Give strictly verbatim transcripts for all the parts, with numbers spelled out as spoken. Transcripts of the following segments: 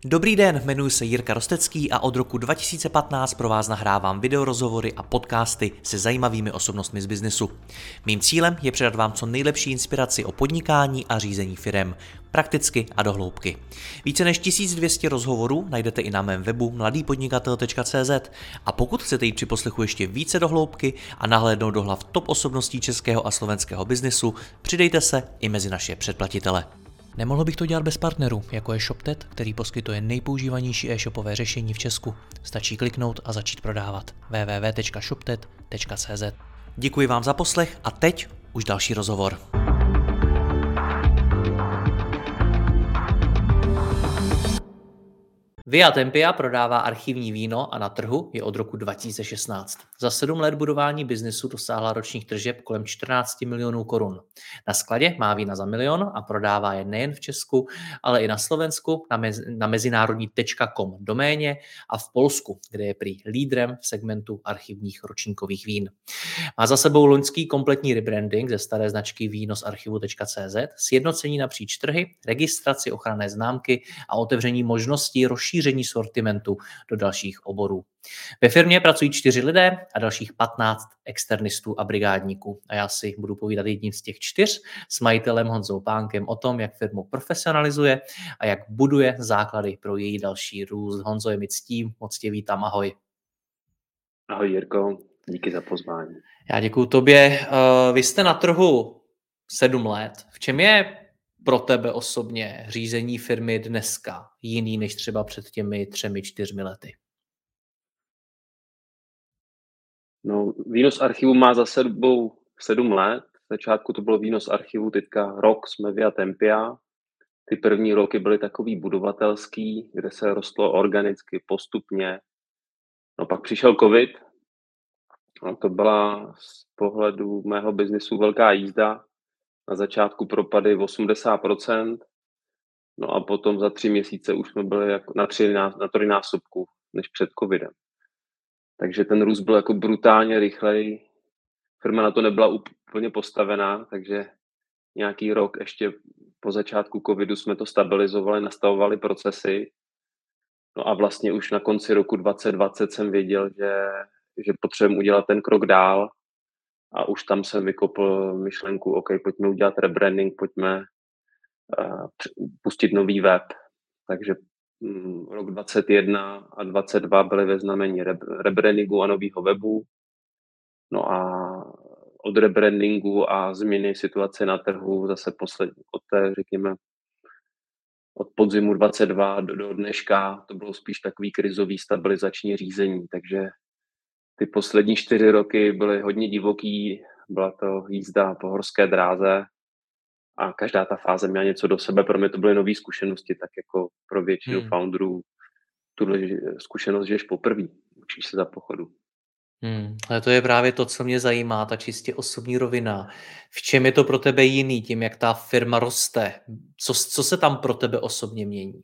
Dobrý den, jmenuji se Jirka Rostecký a od roku dva tisíce patnáct pro vás nahrávám videorozhovory a podcasty se zajímavými osobnostmi z biznesu. Mým cílem je předat vám co nejlepší inspiraci o podnikání a řízení firem, prakticky a do hloubky. Více než tisíc dvě stě rozhovorů najdete i na mém webu mladý podnikatel tečka cé zet a pokud chcete jít při poslechu ještě více do hloubky a nahlédnout do hlav top osobností českého a slovenského biznesu, přidejte se i mezi naše předplatitele. Nemohl bych to dělat bez partnerů, jako je ShopTet, který poskytuje nejpoužívanější e-shopové řešení v Česku. Stačí kliknout a začít prodávat. w w w tečka shoptet tečka cé zet. Děkuji vám za poslech a teď už další rozhovor. Via Tempia prodává archivní víno a na trhu je od roku dva tisíce šestnáct. Za sedm let budování biznesu dosáhla ročních tržeb kolem čtrnáct milionů korun. Na skladě má vína za milion a prodává je nejen v Česku, ale i na Slovensku, na, mez, na mezinárodní .com doméně a v Polsku, kde je prý lídrem v segmentu archivních ročníkových vín. Má za sebou loňský kompletní rebranding ze staré značky víno z archivu tečka cé zet, sjednocení napříč trhy, registraci ochranné známky a otevření možností rozšíření šíření sortimentu do dalších oborů. Ve firmě pracují čtyři lidé a dalších patnáct externistů a brigádníků. A já si budu povídat jedním z těch čtyř s majitelem Honzou Pánkem o tom, jak firmu profesionalizuje a jak buduje základy pro její další růst. Honzo, je mi ctí, moc tě vítám, ahoj. Ahoj Jirko, díky za pozvání. Já děkuju tobě. Vy jste na trhu sedm let. V čem je pro tebe osobně řízení firmy dneska jiný než třeba před těmi třemi, čtyřmi lety? No, víno z archivu má za sebou sedm let. V začátku to bylo víno z archivu, teďka rok jsme Via Tempia. Ty první roky byly takový budovatelský, kde se rostlo organicky, postupně. No pak přišel covid. No, to byla z pohledu mého biznisu velká jízda. Na začátku propady v osmdesát procent. No a potom za tři měsíce už jsme byli jako na, tři, na trojnásobku než před covidem. Takže ten růst byl jako brutálně rychlej. Firma na to nebyla úplně postavená, takže nějaký rok ještě po začátku covidu jsme to stabilizovali, nastavovali procesy. No a vlastně už na konci roku dvacet dvacet jsem věděl, že, že potřebujeme udělat ten krok dál. A už tam jsem vykopl myšlenku, OK, pojďme udělat rebranding, pojďme uh, pustit nový web. Takže um, rok dvacet jedna a dvacet dva byly ve znamení re, rebrandingu a nového webu. No a od rebrandingu a změny situace na trhu zase poslední, od té, řekněme, od podzimu dvacet dva do, do dneška, to bylo spíš takový krizový stabilizační řízení, takže ty poslední čtyři roky byly hodně divoký, byla to jízda po horské dráze a každá ta fáze měla něco do sebe. Pro mě to byly nové zkušenosti, tak jako pro většinu hmm. founderů tuhle zkušenost žiješ poprvé, učíš se za pochodu. Hmm, ale to je právě to, co mě zajímá, ta čistě osobní rovina. V čem je to pro tebe jiný, tím, jak ta firma roste? Co, co se tam pro tebe osobně mění?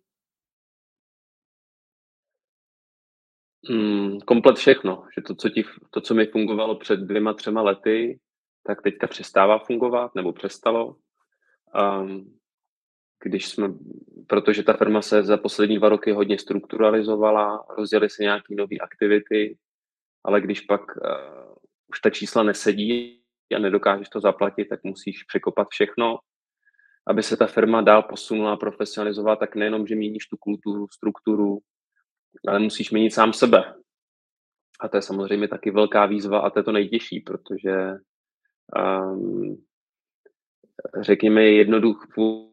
Hmm, komplet všechno. Že to co, ti, to, co mi fungovalo před dvěma, třema lety, tak teďka přestává fungovat, nebo přestalo. Um, když jsme, protože ta firma se za poslední dva roky hodně strukturalizovala, rozjeli se nějaké nové aktivity, ale když pak uh, už ta čísla nesedí a nedokážeš to zaplatit, tak musíš překopat všechno, aby se ta firma dál posunula a profesionalizovala, tak nejenom, že měníš tu kulturu, strukturu, ale musíš měnit sám sebe. A to je samozřejmě taky velká výzva a to je to nejtěžší, protože um, řekněme je jednoduchý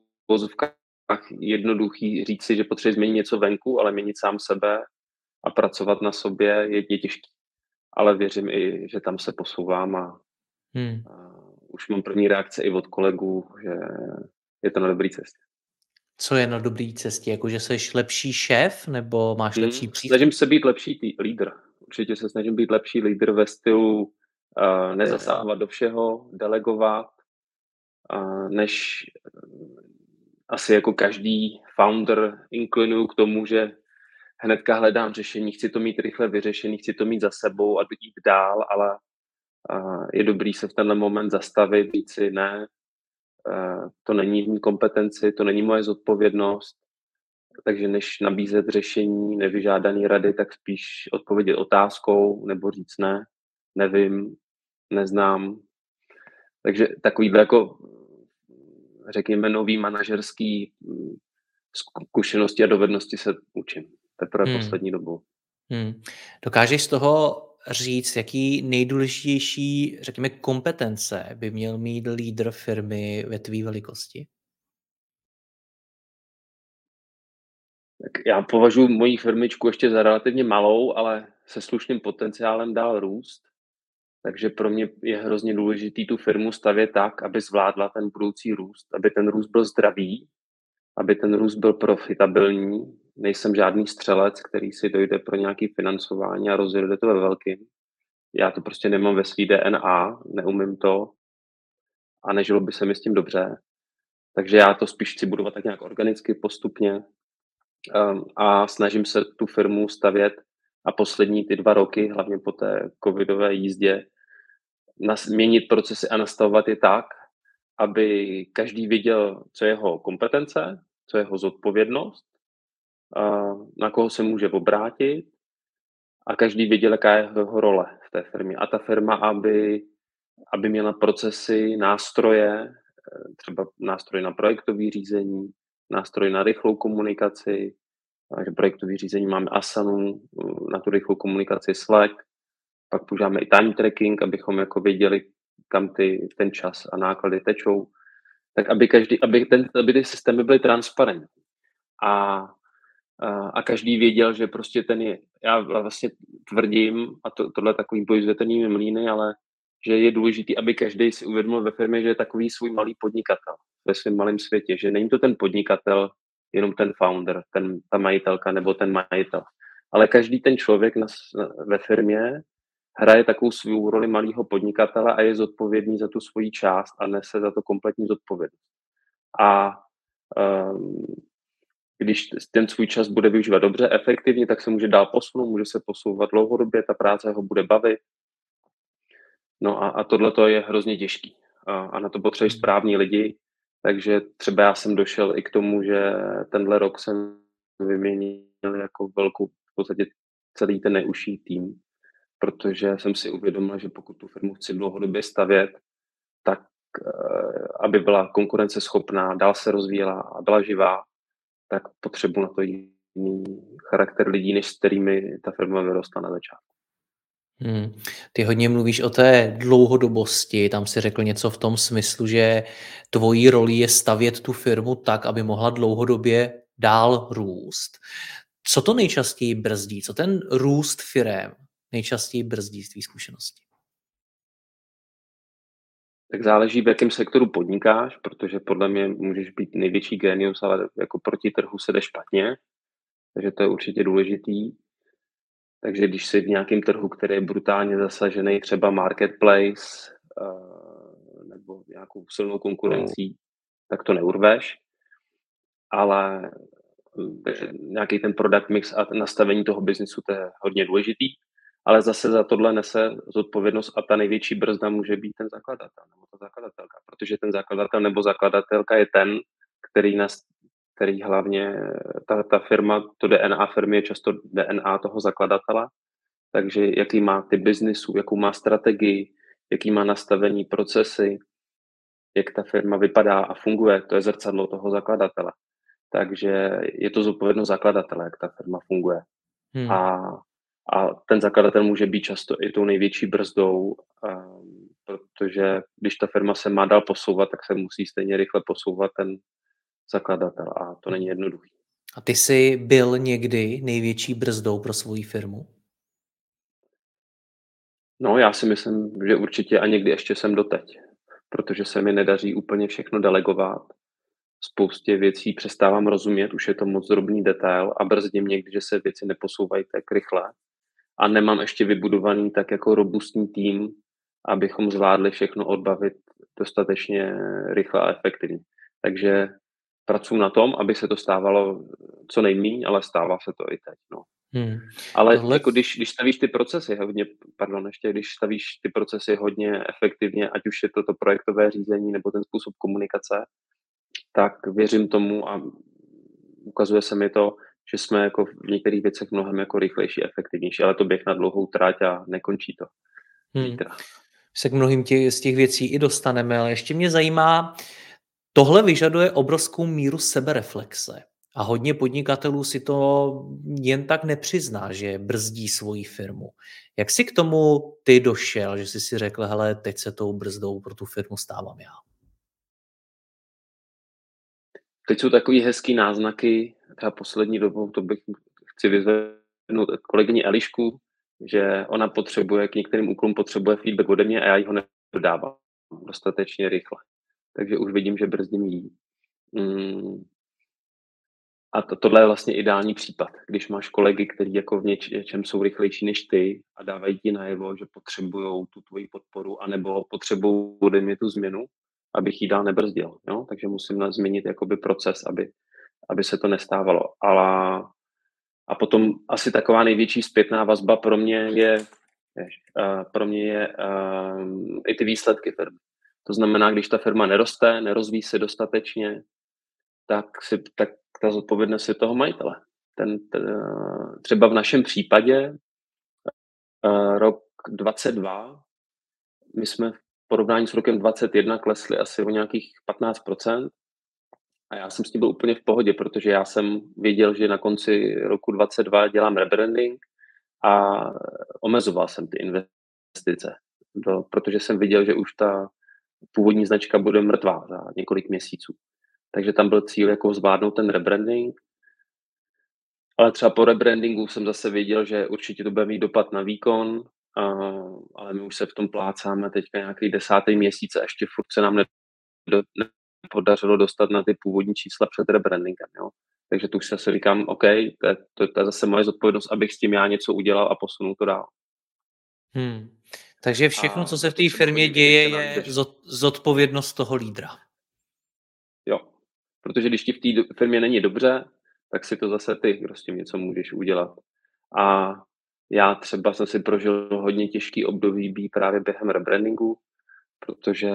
jednoduchý říct si, že potřebuje změnit něco venku, ale měnit sám sebe a pracovat na sobě je, je těžký. Ale věřím i, že tam se posouvám a, hmm. a už mám první reakce i od kolegů, že je to na dobré cestě. Co je na dobré cestě? Jako, že jsi lepší šéf nebo máš hmm. lepší přístup? Snažím se být lepší tý, lídr. Určitě se snažím být lepší lídr ve stylu uh, nezasahovat do všeho, delegovat, uh, než uh, asi jako každý founder inklinuju k tomu, že hnedka hledám řešení, chci to mít rychle vyřešený, chci to mít za sebou a jít dál, ale uh, je dobrý se v tenhle moment zastavit, říct si ne, uh, to není v mý kompetenci, to není moje zodpovědnost takže než nabízet řešení, nevyžádaný rady, tak spíš odpovědět otázkou nebo říct ne, nevím, neznám. Takže takovýhle jako, řekněme, nový manažerský mm, zkušenosti a dovednosti se učím teprve Hmm. poslední dobou. Hmm. Dokážeš z toho říct, jaký nejdůležitější, řekněme, kompetence by měl mít lídr firmy ve tvé velikosti? Tak já považuji moji firmičku ještě za relativně malou, ale se slušným potenciálem dál růst. Takže pro mě je hrozně důležitý tu firmu stavět tak, aby zvládla ten budoucí růst, aby ten růst byl zdravý, aby ten růst byl profitabilní. Nejsem žádný střelec, který si dojde pro nějaké financování a rozjede to ve velkým. Já to prostě nemám ve svý D N A, neumím to a nežilo by se mi s tím dobře. Takže já to spíš chci budovat tak nějak organicky, postupně um, a snažím se tu firmu stavět a poslední ty dva roky, hlavně po té covidové jízdě, změnit procesy a nastavovat je tak, aby každý viděl, co je jeho kompetence, co je jeho zodpovědnost, a na koho se může obrátit a každý věděl, jaká je jeho role v té firmě. A ta firma, aby, aby měla procesy, nástroje, třeba nástroj na projektové řízení, nástroj na rychlou komunikaci, takže projektové řízení máme Asanu, na tu rychlou komunikaci Slack, pak používáme i time tracking, abychom jako věděli, kam ty, ten čas a náklady tečou, tak aby, každý, aby, ten, aby ty systémy byly transparentní. A, a, a každý věděl, že prostě ten je, já vlastně tvrdím, a to, tohle je takový boj s větrnými mlýny, ale že je důležité, aby každý si uvědomil ve firmě, že je takový svůj malý podnikatel ve svém malém světě, že není to ten podnikatel, jenom ten founder, ten, ta majitelka nebo ten majitel, ale každý ten člověk na, ve firmě hraje takovou svou roli malého podnikatele a je zodpovědný za tu svoji část a nese za to kompletní zodpovědnost. A um, když ten svůj čas bude využívat dobře, efektivně, tak se může dál posunout, může se posouvat dlouhodobě, ta práce ho bude bavit. No a, a tohle je hrozně těžký. A, a na to potřebuješ správní lidi, takže třeba já jsem došel i k tomu, že tenhle rok jsem vyměnil jako velkou, v podstatě celý ten neužší tým, protože jsem si uvědomil, že pokud tu firmu chci dlouhodobě stavět, tak aby byla konkurenceschopná, dál se rozvíjela a byla živá, tak potřebuji na to jiný charakter lidí, než s kterými ta firma vyrostla na začátku. Hmm. Ty hodně mluvíš o té dlouhodobosti, tam si řekl něco v tom smyslu, že tvojí roli je stavět tu firmu tak, aby mohla dlouhodobě dál růst. Co to nejčastěji brzdí? Co ten růst firem nejčastěji brzdí z tvý zkušenosti? Tak záleží, v jakém sektoru podnikáš, protože podle mě můžeš být největší génius, ale jako proti trhu se jde špatně, takže to je určitě důležitý. Takže když jsi v nějakém trhu, který je brutálně zasažený, třeba marketplace uh, nebo nějakou silnou konkurencí, tak to neurveš. Ale takže nějaký ten product mix a nastavení toho biznisu, to je hodně důležitý. Ale zase za tohle nese zodpovědnost a ta největší brzda může být ten zakladatel nebo ta zakladatelka, protože ten zakladatel nebo zakladatelka je ten, který, nás, který hlavně, ta, ta firma, to D N A firmy je často D N A toho zakladatele, takže jaký má ty biznisu, jakou má strategii, jaký má nastavení procesy, jak ta firma vypadá a funguje, to je zrcadlo toho zakladatele. Takže je to zodpovědnost zakladatele, jak ta firma funguje. Hmm. A, a ten zakladatel může být často i tou největší brzdou, um, protože když ta firma se má dál posouvat, tak se musí stejně rychle posouvat ten zakladatel a to není jednoduché. A ty jsi byl někdy největší brzdou pro svou firmu? No, já si myslím, že určitě a někdy ještě jsem doteď, protože se mi nedaří úplně všechno delegovat. Spoustě věcí přestávám rozumět, už je to moc drobný detail a brzdí mě, když se věci neposouvají tak rychle. A nemám ještě vybudovaný tak jako robustní tým, abychom zvládli všechno odbavit dostatečně rychle a efektivně. Takže pracuji na tom, aby se to stávalo co nejméně, ale stává se to i teď. No. Hmm. Ale Tohle... jako když, když stavíš ty procesy hodně, pardon, ještě když stavíš ty procesy hodně efektivně, ať už je to to projektové řízení nebo ten způsob komunikace, tak věřím tomu a ukazuje se mi to, že jsme jako v některých věcech mnohem jako rychlejší, efektivnější, ale to běh na dlouhou trať a nekončí to Hmm. zítra. Se k mnohým tě, z těch věcí i dostaneme, ale ještě mě zajímá, tohle vyžaduje obrovskou míru sebereflexe. A hodně podnikatelů si to jen tak nepřizná, že brzdí svoji firmu. Jak jsi k tomu ty došel, že jsi si řekl, hele, teď se tou brzdou pro tu firmu stávám já? Teď jsou takový hezký náznaky, třeba poslední dobou, to bych chci vyzvednout kolegyni Elišku, že ona potřebuje, k některým úkolům potřebuje feedback ode mě a já jí ho nedodávám dostatečně rychle. Takže už vidím, že brzdím jí. Mm. A to, tohle je vlastně ideální případ, když máš kolegy, kteří jako v něčem jsou rychlejší než ty a dávají ti najevo, že potřebují tu tvoji podporu, anebo potřebují ode mě tu změnu, abych jí dál nebrzdil. Jo? Takže musím změnit jakoby proces, aby, aby se to nestávalo. Ale, a potom asi taková největší zpětná vazba pro mě je, uh, pro mě je uh, i ty výsledky firmy. To znamená, když ta firma neroste, nerozvíjí se dostatečně, tak, si, tak ta zodpovědnost je toho majitele. Ten, ten, třeba v našem případě uh, rok dvacet dva, my jsme v porovnání s rokem dvacet jedna klesli asi o nějakých patnáct procent a já jsem s tím byl úplně v pohodě, protože já jsem věděl, že na konci roku dvacet dva dělám rebranding a omezoval jsem ty investice, do, protože jsem viděl, že už ta původní značka bude mrtvá za několik měsíců. Takže tam byl cíl jako zvládnout ten rebranding. Ale třeba po rebrandingu jsem zase věděl, že určitě to bude mít dopad na výkon, a, ale my už se v tom plácáme teďka nějaký desátý měsíc a ještě furt se nám nepodařilo dostat na ty původní čísla před rebrandingem. Jo. Takže tu už se zase říkám, OK, to je, to, to je zase moje zodpovědnost, abych s tím já něco udělal a posunul to dál. Hmm. Takže všechno, A co se v to té třeba firmě chodí děje, vidět na je výdrž. zodpovědnost toho lídra. Jo, protože když ti v té firmě není dobře, tak si to zase ty, kdo s tím něco můžeš udělat. A já třeba jsem si prožil hodně těžký období právě během rebrandingu, protože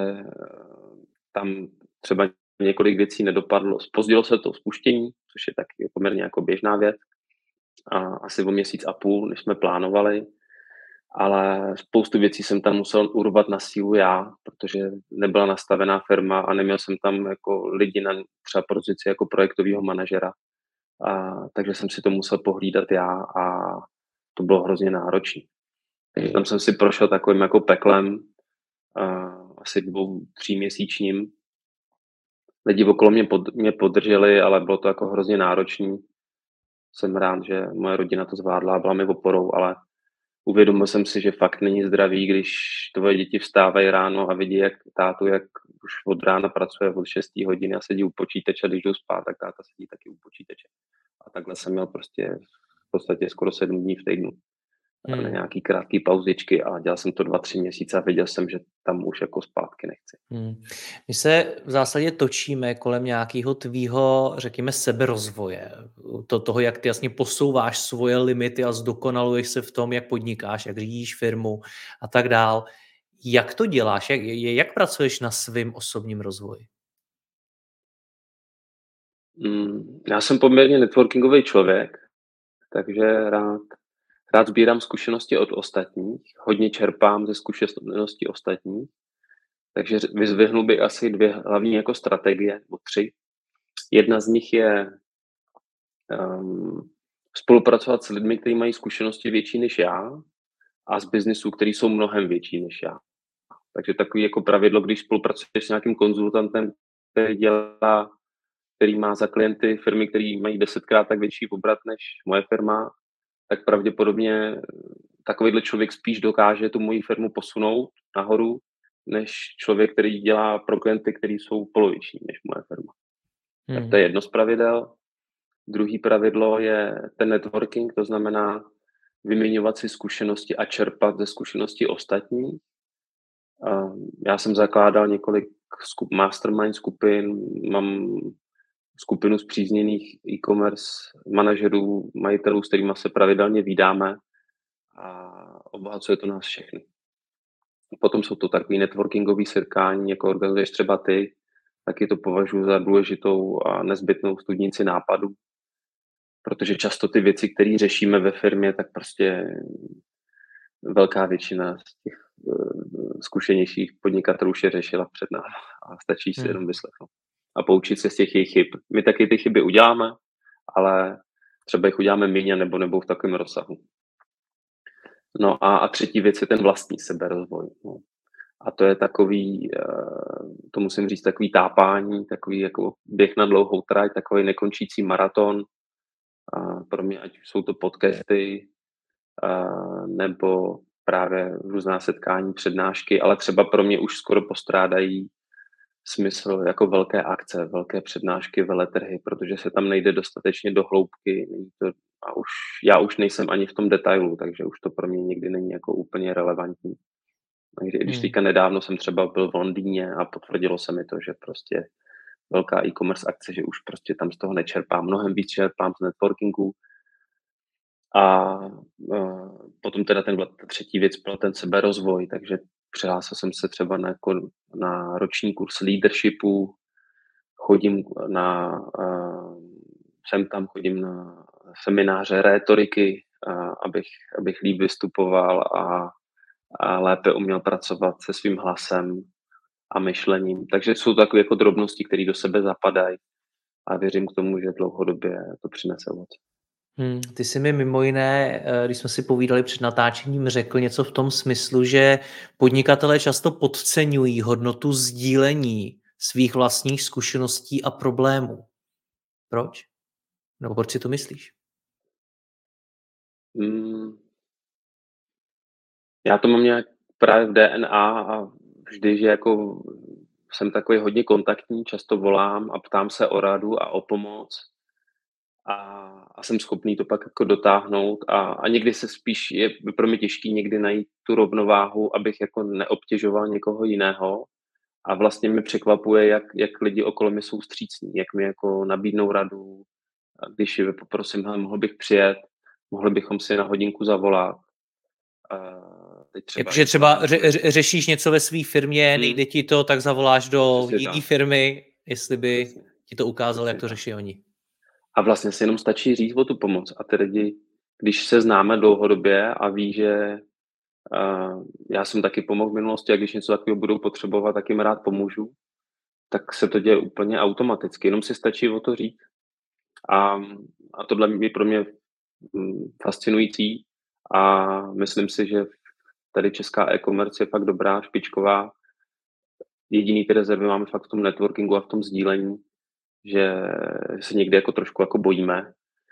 tam třeba několik věcí nedopadlo. Zpozdilo se to spuštění, což je taky poměrně jako běžná věc. A asi o měsíc a půl, než jsme plánovali. Ale spoustu věcí jsem tam musel urvat na sílu já, protože nebyla nastavená firma a neměl jsem tam jako lidi na třeba pozici jako projektového manažera. A, takže jsem si to musel pohlídat já a to bylo hrozně náročné. Takže tam jsem si prošel takovým jako peklem, a, asi dvou, tříměsíčním. Lidi okolo mě, pod, mě podrželi, ale bylo to jako hrozně náročný. Jsem rád, že moje rodina to zvládla a byla mi oporou, ale uvědomil jsem si, že fakt není zdravý, když tvoje děti vstávají ráno a vidí, jak tátu, jak už od rána pracuje od šesté hodiny a sedí u počítače, a když jdou spát, tak táta sedí taky u počítače. A takhle jsem měl prostě v podstatě skoro sedm dní v týdnu. Hmm. Na nějaký krátký pauzičky a dělal jsem to dva, tři měsíce a viděl jsem, že tam už jako zpátky nechci. Hmm. My se v zásadě točíme kolem nějakého tvýho, řekněme, seberozvoje. To, toho, jak ty jasně posouváš svoje limity a zdokonaluješ se v tom, jak podnikáš, jak řídíš firmu a tak dál. Jak to děláš? Jak, jak pracuješ na svém osobním rozvoji? Hmm. Já jsem poměrně networkingový člověk, takže rád Rád sbírám zkušenosti od ostatních, hodně čerpám ze zkušeností ostatních, takže vyzvihnul bych asi dvě hlavní jako strategie, nebo tři. Jedna z nich je um, spolupracovat s lidmi, kteří mají zkušenosti větší než já a z biznisů, který jsou mnohem větší než já. Takže takový jako pravidlo, když spolupracuješ s nějakým konzultantem, který dělá, který má za klienty firmy, které mají desetkrát tak větší obrat než moje firma, tak pravděpodobně takovýhle člověk spíš dokáže tu moji firmu posunout nahoru, než člověk, který dělá pro klienty, který jsou poloviční než moje firma. Hmm. Tak to je jedno z pravidel. Druhý pravidlo je ten networking, to znamená vyměňovat si zkušenosti a čerpat ze zkušeností ostatních. Já jsem zakládal několik skup, mastermind skupin, mám skupinu zpřízněných e-commerce manažerů, majitelů, s kterými se pravidelně vídáme a obohacuje to nás všechny. Potom jsou to takový networkingový setkání, jako organizuješ třeba ty, taky to považuji za důležitou a nezbytnou studnici nápadů. protože často ty věci, které řešíme ve firmě, tak prostě velká většina z těch uh, zkušenějších podnikatelů už je řešila před námi a stačí si Hmm. jenom vyslechnout a poučit se z těch jejich chyb. My taky ty chyby uděláme, ale třeba jich uděláme méně nebo, nebo v takovém rozsahu. No a, a třetí věc je ten vlastní seberozvoj. No. A to je takový, to musím říct, takový tápání, takový jako běh na dlouhou trať, takový nekončící maraton. A pro mě, ať jsou to podcasty, nebo právě různá setkání, přednášky, ale třeba pro mě už skoro postrádají smysl jako velké akce, velké přednášky, veletrhy, protože se tam nejde dostatečně do hloubky. Není to, a už, já už nejsem ani v tom detailu, takže už to pro mě nikdy není jako úplně relevantní. Takže když Hmm. teďka nedávno jsem třeba byl v Londýně a potvrdilo se mi to, že prostě velká e-commerce akce, že už prostě tam z toho nečerpám, mnohem víc čerpám z networkingu. A uh, potom teda ten, ta třetí věc byl ten seberozvoj, takže přihlásil jsem se třeba na, jako, na roční kurz leadershipu, chodím na, uh, sem tam chodím na semináře rétoriky, uh, abych, abych líp vystupoval a, a lépe uměl pracovat se svým hlasem a myšlením. Takže jsou takové jako drobnosti, které do sebe zapadají a věřím k tomu, že dlouhodobě to přinese ovoce. Hmm, ty jsi mi mimo jiné, když jsme si povídali před natáčením, řekl něco v tom smyslu, že podnikatelé často podceňují hodnotu sdílení svých vlastních zkušeností a problémů. Proč? Nebo proč si to myslíš? Hmm. Já to mám nějak právě v D N A a vždy, že jako jsem takový hodně kontaktní, často volám a ptám se o radu a o pomoc a, a jsem schopný to pak jako dotáhnout a, a někdy se spíš je pro mě těžký někdy najít tu rovnováhu, abych jako neobtěžoval někoho jiného a vlastně mi překvapuje, jak, jak lidi okolo mě jsou vstřícní, jak mi jako nabídnou radu, a když je poprosím, hele, mohl bych přijet, mohli bychom si na hodinku zavolat. Teď třeba Jakože třeba ře, ře, řešíš něco ve své firmě, hmm. nejde ti to, tak zavoláš do jiné firmy, jestli by Přesně. ti to ukázalo, jak to tak. řeší oni. A vlastně si jenom stačí říct o tu pomoc. A ty lidi, když se známe dlouhodobě a ví, že uh, já jsem taky pomohl v minulosti a když něco takového budou potřebovat, tak jim rád pomůžu, tak se to děje úplně automaticky. Jenom si stačí o to říct. A, a tohle je pro mě fascinující a myslím si, že tady česká e-commerce je fakt dobrá, špičková. Jediný ty rezervy máme fakt v tom networkingu a v tom sdílení, že se někdy jako trošku jako bojíme.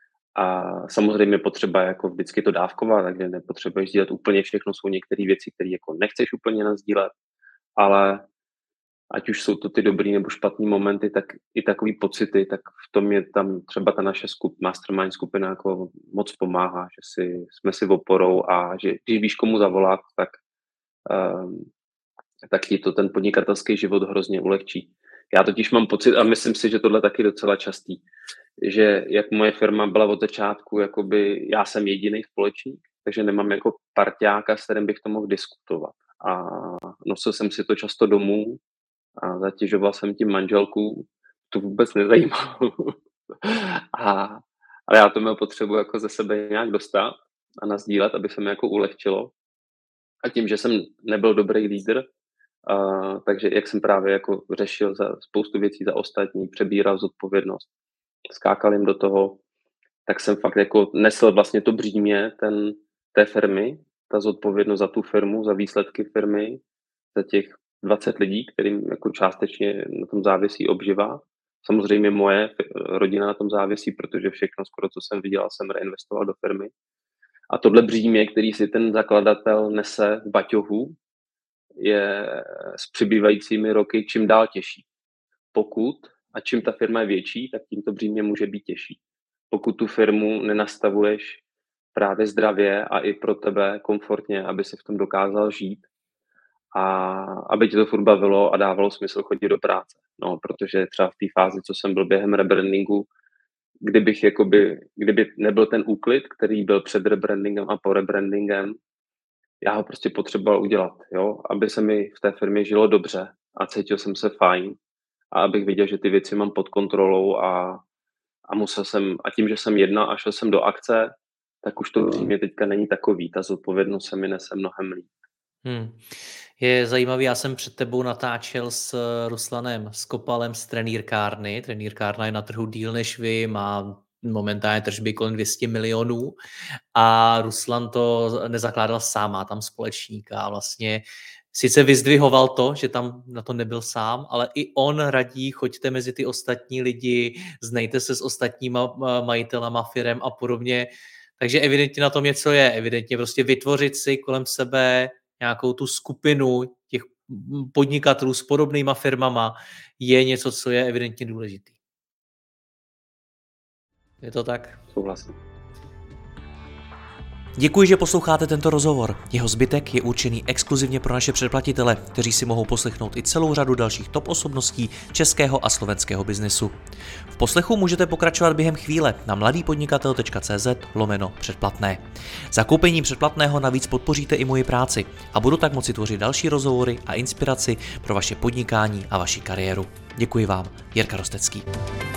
A samozřejmě potřeba jako vždycky to dávkovat, takže nepotřebuješ sdílet úplně všechno, jsou některé věci, které jako nechceš úplně nasdílet, ale ať už jsou to ty dobrý nebo špatný momenty, tak i takový pocity, tak v tom je tam třeba ta naše skup, mastermind skupina jako moc pomáhá, že si, jsme si oporou a že když víš, komu zavolat, tak, um, tak ti to ten podnikatelský život hrozně ulehčí. Já totiž mám pocit, a myslím si, že tohle taky docela častý, že jak moje firma byla od začátku, jakoby já jsem jediný společník, takže nemám jako parťáka, s kterým bych to mohl diskutovat. A nosil jsem si to často domů a zatěžoval jsem tím manželku, to vůbec nezajímalo. a, ale já to měl potřebu jako ze sebe nějak dostat a nasdílet, aby se mi jako ulehčilo. A tím, že jsem nebyl dobrý lídr, Uh, takže jak jsem právě jako řešil za spoustu věcí za ostatní, přebíral zodpovědnost, skákal jim do toho, tak jsem fakt jako nesl vlastně to břímě ten, té firmy, ta zodpovědnost za tu firmu, za výsledky firmy, za těch dvacet lidí, kterým jako částečně na tom závisí obživa. Samozřejmě moje rodina na tom závisí, protože všechno skoro, co jsem vydělal, jsem reinvestoval do firmy. A tohle břímě, který si ten zakladatel nese v baťohu, je s přibývajícími roky čím dál těžší. Pokud, a čím ta firma je větší, tak tím to břímě může být těžší. Pokud tu firmu nenastavuješ právě zdravě a i pro tebe komfortně, aby si v tom dokázal žít a aby ti to furt bavilo a dávalo smysl chodit do práce. No, protože třeba v té fázi, co jsem byl během rebrandingu, kdybych jakoby, kdyby nebyl ten úklid, který byl před rebrandingem a po rebrandingem, já ho prostě potřeboval udělat, jo, aby se mi v té firmě žilo dobře a cítil jsem se fajn a abych viděl, že ty věci mám pod kontrolou a, a musel jsem, a tím, že jsem jednal a šel jsem do akce, tak už to přímě teďka není takový. Ta zodpovědnost se mi nese mnohem líp. Hmm. Je zajímavý, já jsem před tebou natáčel s Ruslanem Skopalem z trenýrkárny. Trenýrkárna je na trhu díl než vy, má momentálně tržby kolem dvě stě milionů a Ruslan to nezakládal sám, má tam společníka a vlastně sice vyzdvihoval to, že tam na to nebyl sám, ale i on radí, choďte mezi ty ostatní lidi, znejte se s ostatníma majitelama firem a podobně. Takže evidentně na tom něco je. Evidentně prostě vytvořit si kolem sebe nějakou tu skupinu těch podnikatelů s podobnýma firmama je něco, co je evidentně důležitý. Je to tak? Souhlasím. Děkuji, že posloucháte tento rozhovor. Jeho zbytek je určený exkluzivně pro naše předplatitele, kteří si mohou poslechnout i celou řadu dalších top osobností českého a slovenského biznesu. V poslechu můžete pokračovat během chvíle na mladýpodnikatel tečka cé zet lomeno předplatné. Zakoupením předplatného navíc podpoříte i moji práci a budu tak moci tvořit další rozhovory a inspiraci pro vaše podnikání a vaši kariéru. Děkuji vám, Jirka Rostecký.